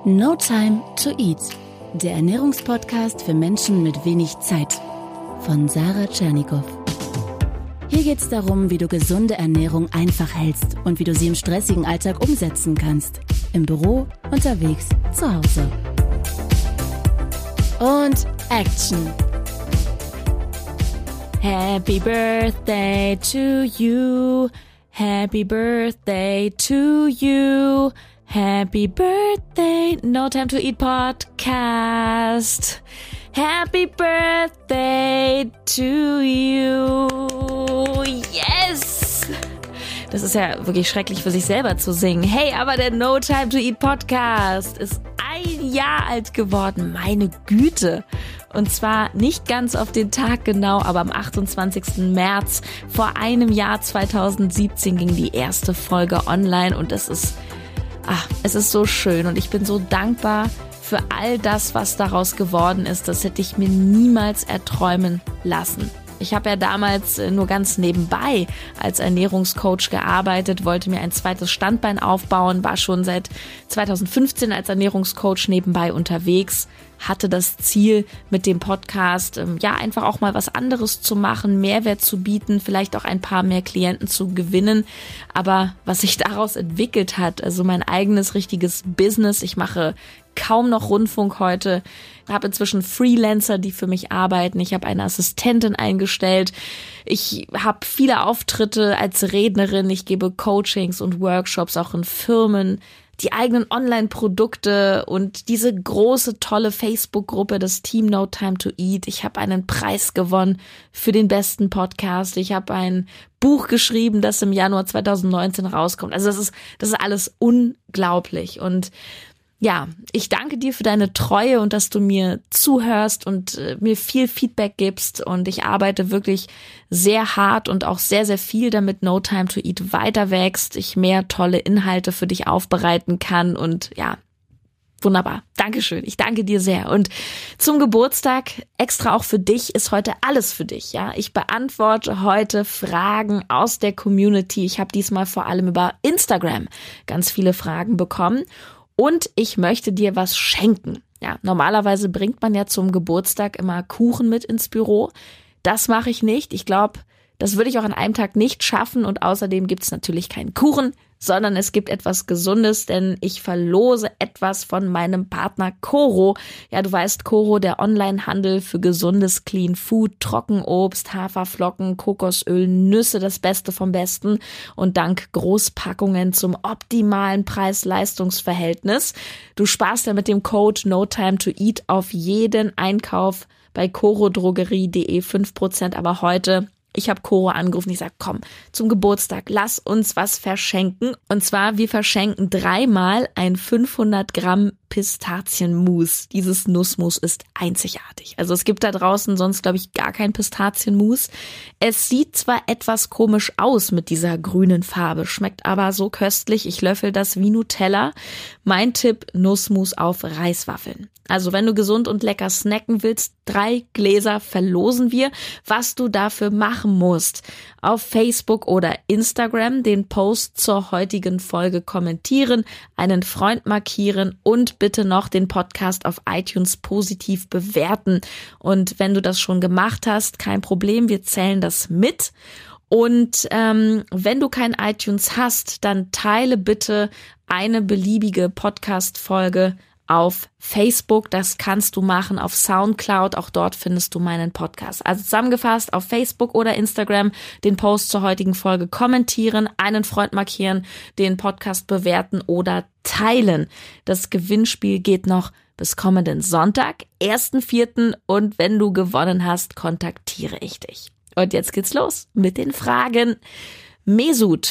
No Time to Eat, der Ernährungspodcast für Menschen mit wenig Zeit von Sarah Tschernikow. Hier geht's darum, wie du gesunde Ernährung einfach hältst und wie du sie im stressigen Alltag umsetzen kannst. Im Büro, unterwegs, zu Hause. Und Action! Happy Birthday to you, Happy Birthday to you, Happy Birthday, No Time to Eat Podcast. Happy Birthday to you. Yes! Das ist ja wirklich schrecklich für sich selber zu singen. Hey, aber der No Time to Eat Podcast ist 1 Jahr alt geworden. Meine Güte. Und zwar nicht ganz auf den Tag genau, aber am 28. März vor einem Jahr 2017 ging die erste Folge online und es ist so schön und ich bin so dankbar für all das, was daraus geworden ist. Das hätte ich mir niemals erträumen lassen. Ich habe ja damals nur ganz nebenbei als Ernährungscoach gearbeitet, wollte mir ein zweites Standbein aufbauen, war schon seit 2015 als Ernährungscoach nebenbei unterwegs, hatte das Ziel mit dem Podcast, einfach auch mal was anderes zu machen, Mehrwert zu bieten, vielleicht auch ein paar mehr Klienten zu gewinnen. Aber was sich daraus entwickelt hat, also mein eigenes richtiges Business, ich mache kaum noch Rundfunk heute, habe inzwischen Freelancer, die für mich arbeiten, ich habe eine Assistentin eingestellt, ich habe viele Auftritte als Rednerin, ich gebe Coachings und Workshops auch in Firmen, die eigenen Online-Produkte und diese große, tolle Facebook-Gruppe, das Team No Time to Eat. Ich habe einen Preis gewonnen für den besten Podcast. Ich habe ein Buch geschrieben, das im Januar 2019 rauskommt. Also das ist alles unglaublich. Und ja, ich danke dir für deine Treue und dass du mir zuhörst und mir viel Feedback gibst und ich arbeite wirklich sehr hart und auch sehr, sehr viel, damit No Time to Eat weiter wächst, ich mehr tolle Inhalte für dich aufbereiten kann und ja, wunderbar. Dankeschön. Ich danke dir sehr. Und zum Geburtstag, extra auch für dich, ist heute alles für dich. Ja, ich beantworte heute Fragen aus der Community. Ich habe diesmal vor allem über Instagram ganz viele Fragen bekommen. Und ich möchte dir was schenken. Ja, normalerweise bringt man ja zum Geburtstag immer Kuchen mit ins Büro. Das mache ich nicht. Ich glaube, das würde ich auch an einem Tag nicht schaffen. Und außerdem gibt es natürlich keinen Kuchen, sondern es gibt etwas Gesundes, denn ich verlose etwas von meinem Partner Coro. Ja, du weißt, Coro, der Onlinehandel für gesundes Clean Food, Trockenobst, Haferflocken, Kokosöl, Nüsse, das Beste vom Besten und dank Großpackungen zum optimalen Preis-Leistungs-Verhältnis. Du sparst ja mit dem Code No Time to Eat auf jeden Einkauf bei corodrogerie.de 5%, aber heute ich habe Coro angerufen, ich sage, komm, zum Geburtstag, lass uns was verschenken. Und zwar, wir verschenken 3-mal ein 500 Gramm Pistazienmus. Dieses Nussmus ist einzigartig. Also es gibt da draußen sonst, glaube ich, gar kein Pistazienmus. Es sieht zwar etwas komisch aus mit dieser grünen Farbe, schmeckt aber so köstlich. Ich löffel das wie Nutella. Mein Tipp, Nussmus auf Reiswaffeln. Also wenn du gesund und lecker snacken willst, 3 Gläser verlosen wir. Was du dafür machen musst: auf Facebook oder Instagram den Post zur heutigen Folge kommentieren, einen Freund markieren und bitte noch den Podcast auf iTunes positiv bewerten. Und wenn du das schon gemacht hast, kein Problem, wir zählen das mit. Und wenn du kein iTunes hast, dann teile bitte eine beliebige Podcast-Folge auf Facebook, das kannst du machen, auf Soundcloud, auch dort findest du meinen Podcast. Also zusammengefasst, auf Facebook oder Instagram den Post zur heutigen Folge kommentieren, einen Freund markieren, den Podcast bewerten oder teilen. Das Gewinnspiel geht noch bis kommenden Sonntag, 1.4. und wenn du gewonnen hast, kontaktiere ich dich. Und jetzt geht's los mit den Fragen. Mesut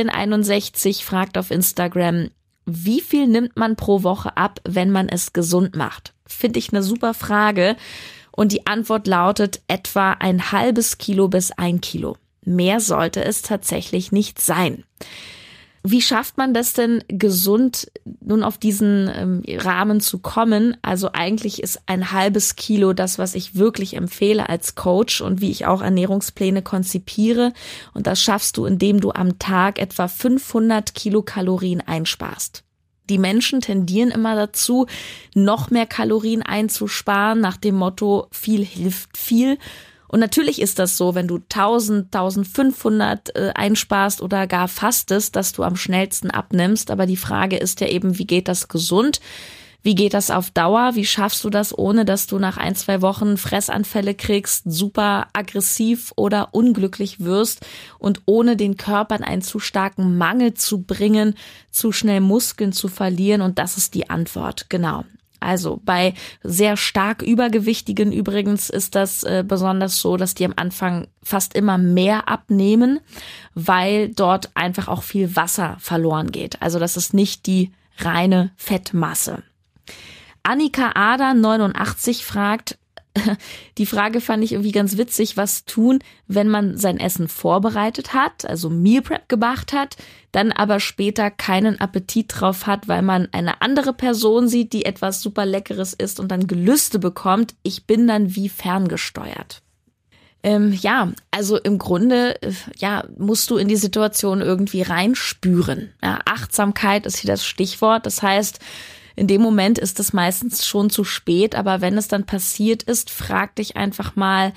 1461 fragt auf Instagram: Wie viel nimmt man pro Woche ab, wenn man es gesund macht? Finde ich eine super Frage. Und die Antwort lautet etwa ein halbes Kilo bis 1 Kilo. Mehr sollte es tatsächlich nicht sein. Wie schafft man das denn, gesund nun auf diesen Rahmen zu kommen? Also eigentlich ist ein halbes Kilo das, was ich wirklich empfehle als Coach und wie ich auch Ernährungspläne konzipiere. Und das schaffst du, indem du am Tag etwa 500 Kilokalorien einsparst. Die Menschen tendieren immer dazu, noch mehr Kalorien einzusparen, nach dem Motto, viel hilft viel. Und natürlich ist das so, wenn du 1000, 1500 einsparst oder gar fastest, dass du am schnellsten abnimmst. Aber die Frage ist ja eben, wie geht das gesund? Wie geht das auf Dauer? Wie schaffst du das, ohne dass du nach 1-2 Wochen Fressanfälle kriegst, super aggressiv oder unglücklich wirst und ohne den Körper in einen zu starken Mangel zu bringen, zu schnell Muskeln zu verlieren? Und das ist die Antwort, genau. Also bei sehr stark Übergewichtigen übrigens ist das besonders so, dass die am Anfang fast immer mehr abnehmen, weil dort einfach auch viel Wasser verloren geht. Also das ist nicht die reine Fettmasse. Annika Ader 89 fragt, die Frage fand ich irgendwie ganz witzig, was tun, wenn man sein Essen vorbereitet hat, also Meal Prep gemacht hat, dann aber später keinen Appetit drauf hat, weil man eine andere Person sieht, die etwas super Leckeres isst und dann Gelüste bekommt. Ich bin dann wie ferngesteuert. Also im Grunde, musst du in die Situation irgendwie reinspüren. Ja, Achtsamkeit ist hier das Stichwort. Das heißt, in dem Moment ist es meistens schon zu spät, aber wenn es dann passiert ist, frag dich einfach mal,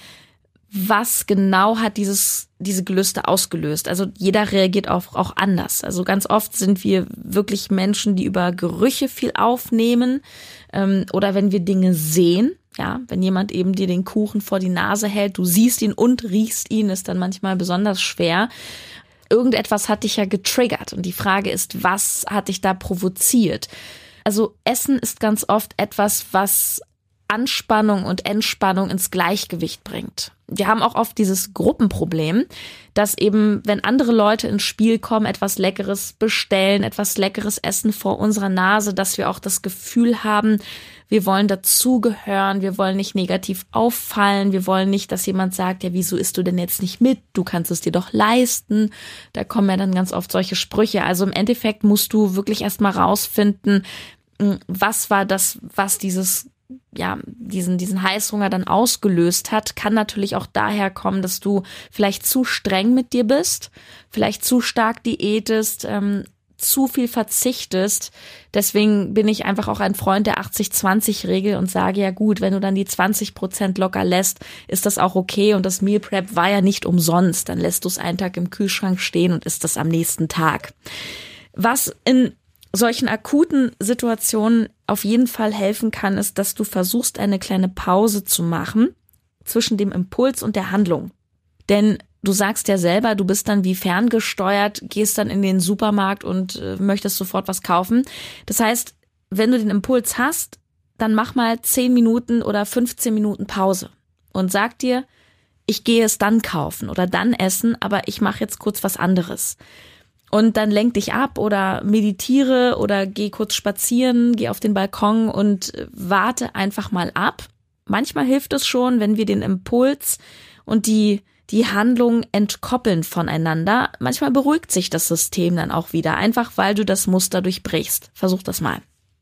was genau hat diese Gelüste ausgelöst? Also jeder reagiert auch anders. Also ganz oft sind wir wirklich Menschen, die über Gerüche viel aufnehmen, oder wenn wir Dinge sehen. Ja, wenn jemand eben dir den Kuchen vor die Nase hält, du siehst ihn und riechst ihn, ist dann manchmal besonders schwer. Irgendetwas hat dich ja getriggert und die Frage ist, was hat dich da provoziert? Also Essen ist ganz oft etwas, was Anspannung und Entspannung ins Gleichgewicht bringt. Wir haben auch oft dieses Gruppenproblem, dass eben, wenn andere Leute ins Spiel kommen, etwas Leckeres bestellen, etwas Leckeres essen vor unserer Nase, dass wir auch das Gefühl haben, wir wollen dazugehören, wir wollen nicht negativ auffallen, wir wollen nicht, dass jemand sagt, ja, wieso isst du denn jetzt nicht mit? Du kannst es dir doch leisten. Da kommen ja dann ganz oft solche Sprüche. Also im Endeffekt musst du wirklich erstmal rausfinden, was war das, was diesen Heißhunger dann ausgelöst hat. Kann natürlich auch daher kommen, dass du vielleicht zu streng mit dir bist, vielleicht zu stark diätest, zu viel verzichtest. Deswegen bin ich einfach auch ein Freund der 80-20-Regel und sage, ja gut, wenn du dann die 20% locker lässt, ist das auch okay. Und das Meal Prep war ja nicht umsonst. Dann lässt du es einen Tag im Kühlschrank stehen und isst das am nächsten Tag. Was in solchen akuten Situationen auf jeden Fall helfen kann, ist, dass du versuchst, eine kleine Pause zu machen zwischen dem Impuls und der Handlung. Denn du sagst ja selber, du bist dann wie ferngesteuert, gehst dann in den Supermarkt und möchtest sofort was kaufen. Das heißt, wenn du den Impuls hast, dann mach mal 10 Minuten oder 15 Minuten Pause und sag dir, ich gehe es dann kaufen oder dann essen, aber ich mache jetzt kurz was anderes. Und dann lenk dich ab oder meditiere oder geh kurz spazieren, geh auf den Balkon und warte einfach mal ab. Manchmal hilft es schon, wenn wir den Impuls und die Handlung entkoppeln voneinander. Manchmal beruhigt sich das System dann auch wieder, einfach weil du das Muster durchbrichst. Versuch das mal.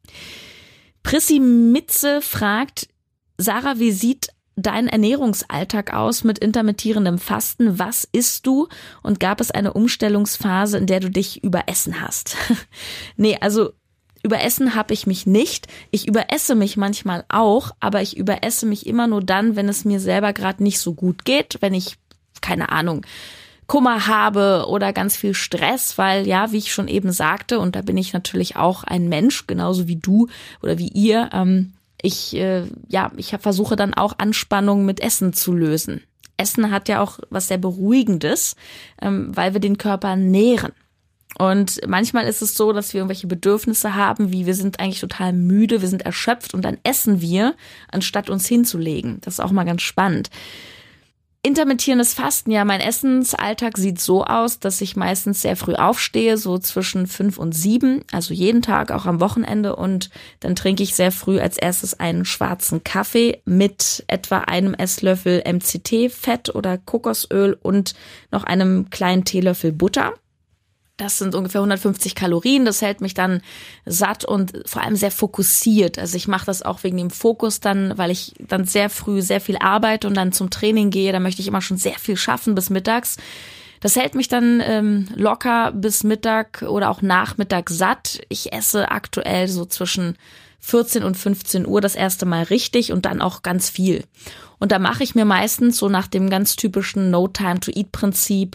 Prissi Mitze fragt, Sarah, wie sieht dein Ernährungsalltag aus mit intermittierendem Fasten? Was isst du? Und gab es eine Umstellungsphase, in der du dich überessen hast? Nee, also überessen habe ich mich nicht. Ich überesse mich manchmal auch, aber ich überesse mich immer nur dann, wenn es mir selber gerade nicht so gut geht, wenn ich, keine Ahnung, Kummer habe oder ganz viel Stress, weil ja, wie ich schon eben sagte, und da bin ich natürlich auch ein Mensch, genauso wie du oder wie ihr, ich versuche dann auch Anspannung mit Essen zu lösen. Essen hat ja auch was sehr Beruhigendes, weil wir den Körper nähren. Und manchmal ist es so, dass wir irgendwelche Bedürfnisse haben, wie wir sind eigentlich total müde, wir sind erschöpft und dann essen wir, anstatt uns hinzulegen. Das ist auch mal ganz spannend. Intermittierendes Fasten, ja, mein Essensalltag sieht so aus, dass ich meistens sehr früh aufstehe, so zwischen 5 und 7, also jeden Tag, auch am Wochenende, und dann trinke ich sehr früh als erstes einen schwarzen Kaffee mit etwa einem Esslöffel MCT-Fett oder Kokosöl und noch einem kleinen Teelöffel Butter. Das sind ungefähr 150 Kalorien, das hält mich dann satt und vor allem sehr fokussiert. Also ich mache das auch wegen dem Fokus dann, weil ich dann sehr früh sehr viel arbeite und dann zum Training gehe. Da möchte ich immer schon sehr viel schaffen bis mittags. Das hält mich dann locker bis Mittag oder auch Nachmittag satt. Ich esse aktuell so zwischen 14 und 15 Uhr das erste Mal richtig und dann auch ganz viel. Und da mache ich mir meistens so nach dem ganz typischen No-Time-to-Eat-Prinzip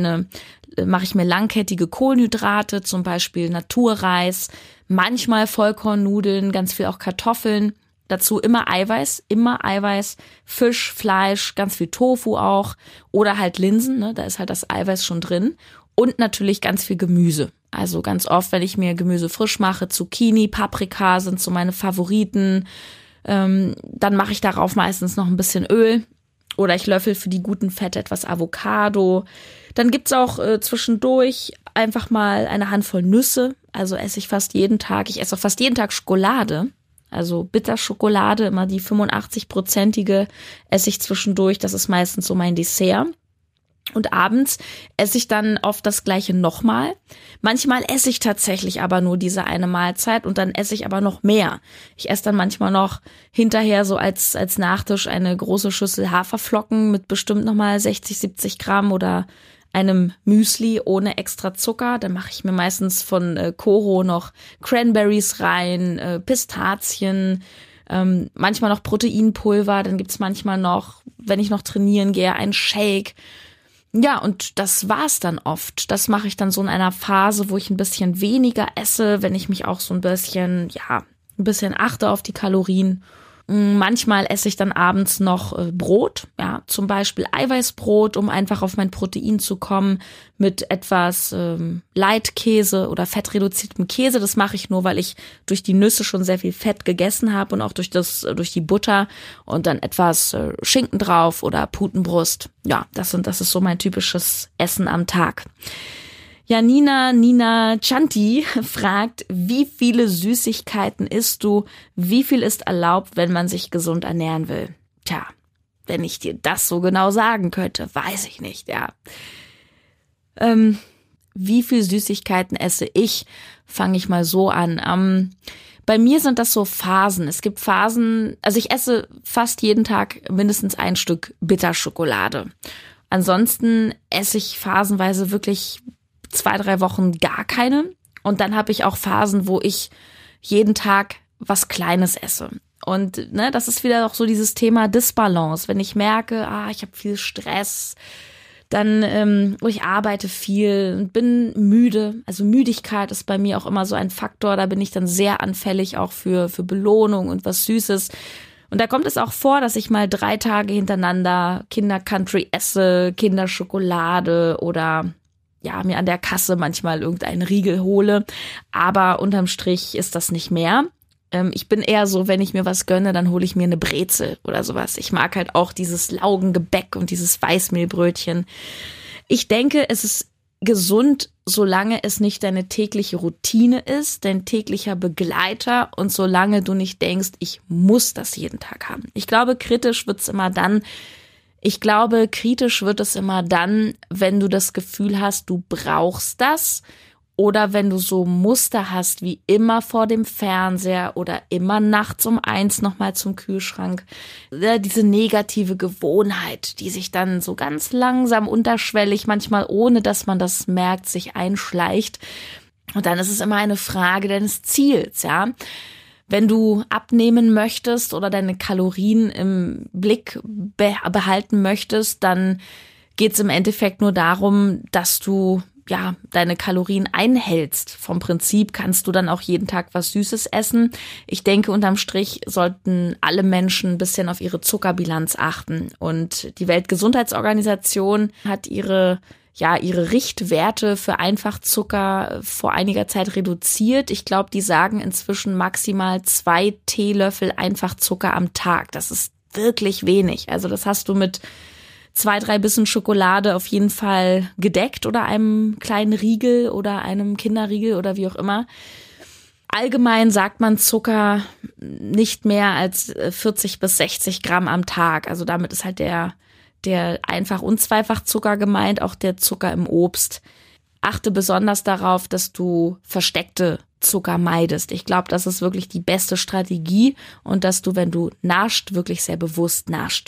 mache ich mir langkettige Kohlenhydrate, zum Beispiel Naturreis, manchmal Vollkornnudeln, ganz viel auch Kartoffeln. Dazu immer Eiweiß, Fisch, Fleisch, ganz viel Tofu auch oder halt Linsen, ne, da ist halt das Eiweiß schon drin und natürlich ganz viel Gemüse. Also ganz oft, wenn ich mir Gemüse frisch mache, Zucchini, Paprika sind so meine Favoriten, dann mache ich darauf meistens noch ein bisschen Öl oder ich löffel für die guten Fette etwas Avocado. Dann gibt's auch zwischendurch einfach mal eine Handvoll Nüsse, also esse ich fast jeden Tag. Ich esse auch fast jeden Tag Schokolade. Also Bitterschokolade, immer die 85-prozentige esse ich zwischendurch. Das ist meistens so mein Dessert. Und abends esse ich dann oft das Gleiche nochmal. Manchmal esse ich tatsächlich aber nur diese eine Mahlzeit und dann esse ich aber noch mehr. Ich esse dann manchmal noch hinterher so als Nachtisch eine große Schüssel Haferflocken mit bestimmt nochmal 60, 70 Gramm oder einem Müsli ohne extra Zucker. Dann mache ich mir meistens von Koro noch Cranberries rein, Pistazien, manchmal noch Proteinpulver. Dann gibt's manchmal noch, wenn ich noch trainieren gehe, einen Shake. Ja, und das war's dann oft. Das mache ich dann so in einer Phase, wo ich ein bisschen weniger esse, wenn ich mich auch so ein bisschen achte auf die Kalorien. Manchmal esse ich dann abends noch Brot, ja, zum Beispiel Eiweißbrot, um einfach auf mein Protein zu kommen, mit etwas Leitkäse oder fettreduziertem Käse. Das mache ich nur, weil ich durch die Nüsse schon sehr viel Fett gegessen habe und auch durch die Butter und dann etwas Schinken drauf oder Putenbrust. Ja, das ist so mein typisches Essen am Tag. Ja, Nina Chanti fragt, wie viele Süßigkeiten isst du? Wie viel ist erlaubt, wenn man sich gesund ernähren will? Tja, wenn ich dir das so genau sagen könnte, weiß ich nicht, ja. Wie viel Süßigkeiten esse ich? Fange ich mal so an. Bei mir sind das so Phasen. Es gibt Phasen, also ich esse fast jeden Tag mindestens ein Stück Bitterschokolade. Ansonsten esse ich phasenweise wirklich 2-3 Wochen gar keine. Und dann habe ich auch Phasen, wo ich jeden Tag was Kleines esse. Und ne, das ist wieder auch so dieses Thema Disbalance. Wenn ich merke, ich habe viel Stress, dann ich arbeite viel und bin müde. Also Müdigkeit ist bei mir auch immer so ein Faktor. Da bin ich dann sehr anfällig auch für Belohnung und was Süßes. Und da kommt es auch vor, dass ich mal 3 Tage hintereinander Kinder-Country esse, Kinderschokolade oder ja, mir an der Kasse manchmal irgendeinen Riegel hole. Aber unterm Strich ist das nicht mehr. Ich bin eher so, wenn ich mir was gönne, dann hole ich mir eine Brezel oder sowas. Ich mag halt auch dieses Laugengebäck und dieses Weißmehlbrötchen. Ich denke, es ist gesund, solange es nicht deine tägliche Routine ist, dein täglicher Begleiter und solange du nicht denkst, ich muss das jeden Tag haben. Ich glaube, kritisch wird es immer dann, wenn du das Gefühl hast, du brauchst das oder wenn du so Muster hast wie immer vor dem Fernseher oder immer nachts um 1 nochmal zum Kühlschrank. Diese negative Gewohnheit, die sich dann so ganz langsam unterschwellig, manchmal ohne dass man das merkt, sich einschleicht. Und dann ist es immer eine Frage deines Ziels, ja. Wenn du abnehmen möchtest oder deine Kalorien im Blick behalten möchtest, dann geht es im Endeffekt nur darum, dass du deine Kalorien einhältst. Vom Prinzip kannst du dann auch jeden Tag was Süßes essen. Ich denke, unterm Strich sollten alle Menschen ein bisschen auf ihre Zuckerbilanz achten. Und die Weltgesundheitsorganisation hat ihre Richtwerte für Einfachzucker vor einiger Zeit reduziert. Ich glaube, die sagen inzwischen maximal 2 Teelöffel Einfachzucker am Tag. Das ist wirklich wenig. Also das hast du mit 2-3 Bissen Schokolade auf jeden Fall gedeckt oder einem kleinen Riegel oder einem Kinderriegel oder wie auch immer. Allgemein sagt man Zucker nicht mehr als 40 bis 60 Gramm am Tag. Also damit ist halt der Einfach- und Zweifachzucker gemeint, auch der Zucker im Obst. Achte besonders darauf, dass du versteckte Zucker meidest. Ich glaube, das ist wirklich die beste Strategie und dass du, wenn du nascht, wirklich sehr bewusst nascht.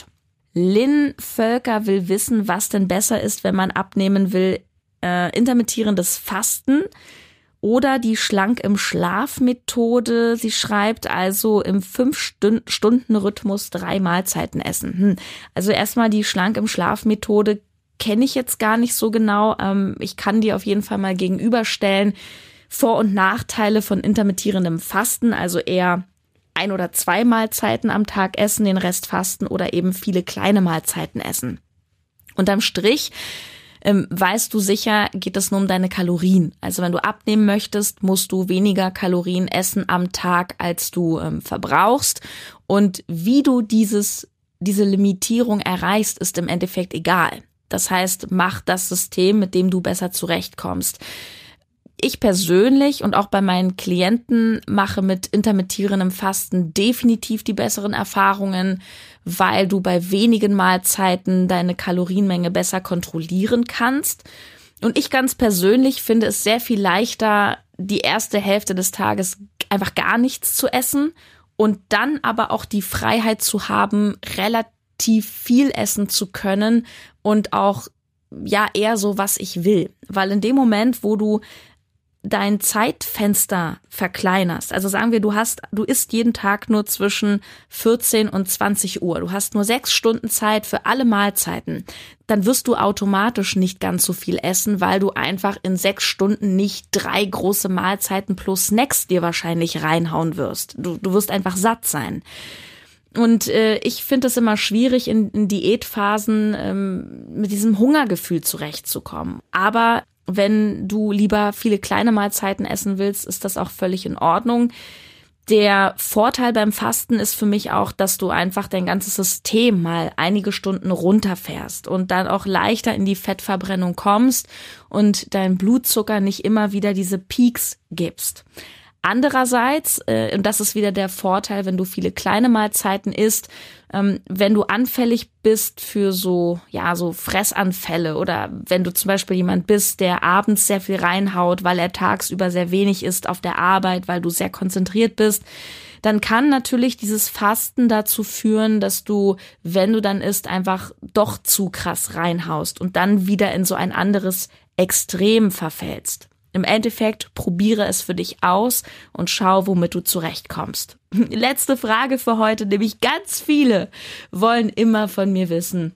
Lynn Völker will wissen, was denn besser ist, wenn man abnehmen will. Intermittierendes Fasten oder die Schlank-im-Schlaf-Methode. Sie schreibt also im 5-Stunden-Rhythmus 3 Mahlzeiten essen. Also erstmal die Schlank-im-Schlaf-Methode kenne ich jetzt gar nicht so genau. Ich kann die auf jeden Fall mal gegenüberstellen. Vor- und Nachteile von intermittierendem Fasten, also eher 1 oder 2 Mahlzeiten am Tag essen, den Rest fasten oder eben viele kleine Mahlzeiten essen. Unterm Strich weißt du sicher, geht es nur um deine Kalorien. Also wenn du abnehmen möchtest, musst du weniger Kalorien essen am Tag, als du verbrauchst. Und wie du diese Limitierung erreichst, ist im Endeffekt egal. Das heißt, mach das System, mit dem du besser zurechtkommst. Ich persönlich und auch bei meinen Klienten mache mit intermittierendem Fasten definitiv die besseren Erfahrungen, weil du bei wenigen Mahlzeiten deine Kalorienmenge besser kontrollieren kannst. Und ich ganz persönlich finde es sehr viel leichter, die erste Hälfte des Tages einfach gar nichts zu essen und dann aber auch die Freiheit zu haben, relativ viel essen zu können und auch eher so, was ich will. Weil in dem Moment, wo du dein Zeitfenster verkleinerst, also sagen wir, du isst jeden Tag nur zwischen 14 und 20 Uhr, du hast nur 6 Stunden Zeit für alle Mahlzeiten, dann wirst du automatisch nicht ganz so viel essen, weil du einfach in 6 Stunden nicht 3 große Mahlzeiten plus Snacks dir wahrscheinlich reinhauen wirst. Du wirst einfach satt sein. Und ich finde es immer schwierig, in Diätphasen mit diesem Hungergefühl zurechtzukommen. Aber wenn du lieber viele kleine Mahlzeiten essen willst, ist das auch völlig in Ordnung. Der Vorteil beim Fasten ist für mich auch, dass du einfach dein ganzes System mal einige Stunden runterfährst und dann auch leichter in die Fettverbrennung kommst und dein Blutzucker nicht immer wieder diese Peaks gibst. Andererseits, und das ist wieder der Vorteil, wenn du viele kleine Mahlzeiten isst, wenn du anfällig bist für so Fressanfälle oder wenn du zum Beispiel jemand bist, der abends sehr viel reinhaut, weil er tagsüber sehr wenig isst auf der Arbeit, weil du sehr konzentriert bist, dann kann natürlich dieses Fasten dazu führen, dass du, wenn du dann isst, einfach doch zu krass reinhaust und dann wieder in so ein anderes Extrem verfällst. Im Endeffekt probiere es für dich aus und schau, womit du zurechtkommst. Letzte Frage für heute, nämlich ganz viele wollen immer von mir wissen.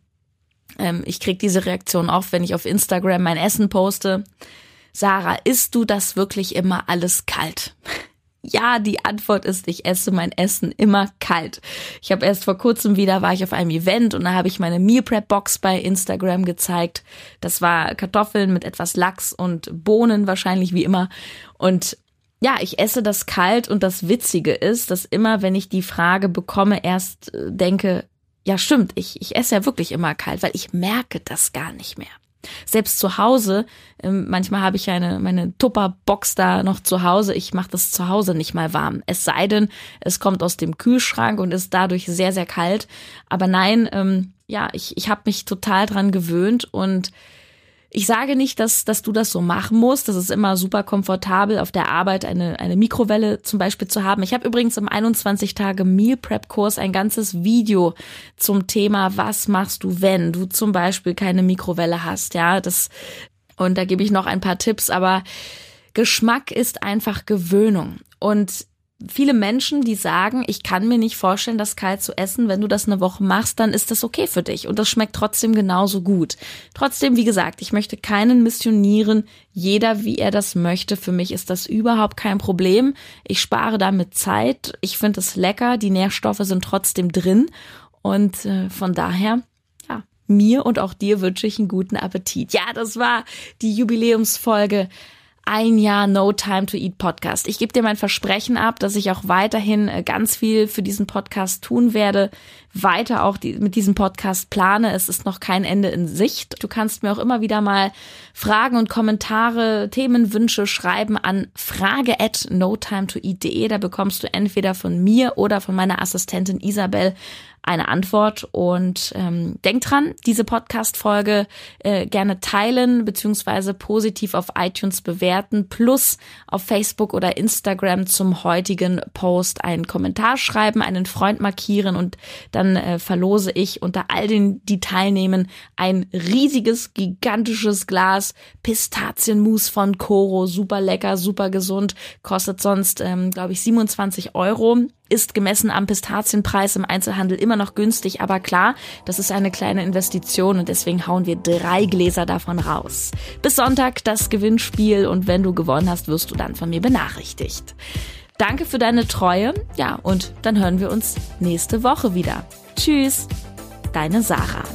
Ich kriege diese Reaktion oft, wenn ich auf Instagram mein Essen poste. Sarah, isst du das wirklich immer alles kalt? Ja, die Antwort ist, ich esse mein Essen immer kalt. Ich habe erst vor kurzem war ich auf einem Event und da habe ich meine Meal Prep Box bei Instagram gezeigt. Das war Kartoffeln mit etwas Lachs und Bohnen wahrscheinlich wie immer. Und ja, ich esse das kalt und das Witzige ist, dass immer, wenn ich die Frage bekomme, erst denke, ja stimmt, ich esse ja wirklich immer kalt, weil ich merke das gar nicht mehr. Selbst zu Hause, manchmal habe ich meine Tupperbox da noch zu Hause, ich mache das zu Hause nicht mal warm. Es sei denn, es kommt aus dem Kühlschrank und ist dadurch sehr, sehr kalt. Aber nein, ich habe mich total dran gewöhnt und ich sage nicht, dass du das so machen musst. Das ist immer super komfortabel, auf der Arbeit eine Mikrowelle zum Beispiel zu haben. Ich habe übrigens im 21-Tage-Meal-Prep-Kurs ein ganzes Video zum Thema, was machst du, wenn du zum Beispiel keine Mikrowelle hast. Ja, und da gebe ich noch ein paar Tipps, aber Geschmack ist einfach Gewöhnung. Und viele Menschen, die sagen, ich kann mir nicht vorstellen, das kalt zu essen, wenn du das eine Woche machst, dann ist das okay für dich und das schmeckt trotzdem genauso gut. Trotzdem, wie gesagt, ich möchte keinen missionieren, jeder wie er das möchte. Für mich ist das überhaupt kein Problem. Ich spare damit Zeit, ich finde es lecker, die Nährstoffe sind trotzdem drin und von daher, ja, mir und auch dir wünsche ich einen guten Appetit. Ja, das war die Jubiläumsfolge 1 Jahr No Time to Eat Podcast. Ich gebe dir mein Versprechen ab, dass ich auch weiterhin ganz viel für diesen Podcast tun werde, weiter auch mit diesem Podcast plane. Es ist noch kein Ende in Sicht. Du kannst mir auch immer wieder mal Fragen und Kommentare, Themenwünsche schreiben an frage@notimetoeat.de. Da bekommst du entweder von mir oder von meiner Assistentin Isabel eine Antwort. Und denk dran, diese Podcast-Folge gerne teilen beziehungsweise positiv auf iTunes bewerten, plus auf Facebook oder Instagram zum heutigen Post einen Kommentar schreiben, einen Freund markieren und dann verlose ich unter all den, die teilnehmen, ein riesiges, gigantisches Glas Pistazienmus von Coro. Super lecker, super gesund, kostet sonst, glaube ich, 27 €. Ist gemessen am Pistazienpreis im Einzelhandel immer noch günstig, aber klar, das ist eine kleine Investition und deswegen hauen wir 3 Gläser davon raus. Bis Sonntag das Gewinnspiel und wenn du gewonnen hast, wirst du dann von mir benachrichtigt. Danke für deine Treue, ja, und dann hören wir uns nächste Woche wieder. Tschüss, deine Sarah.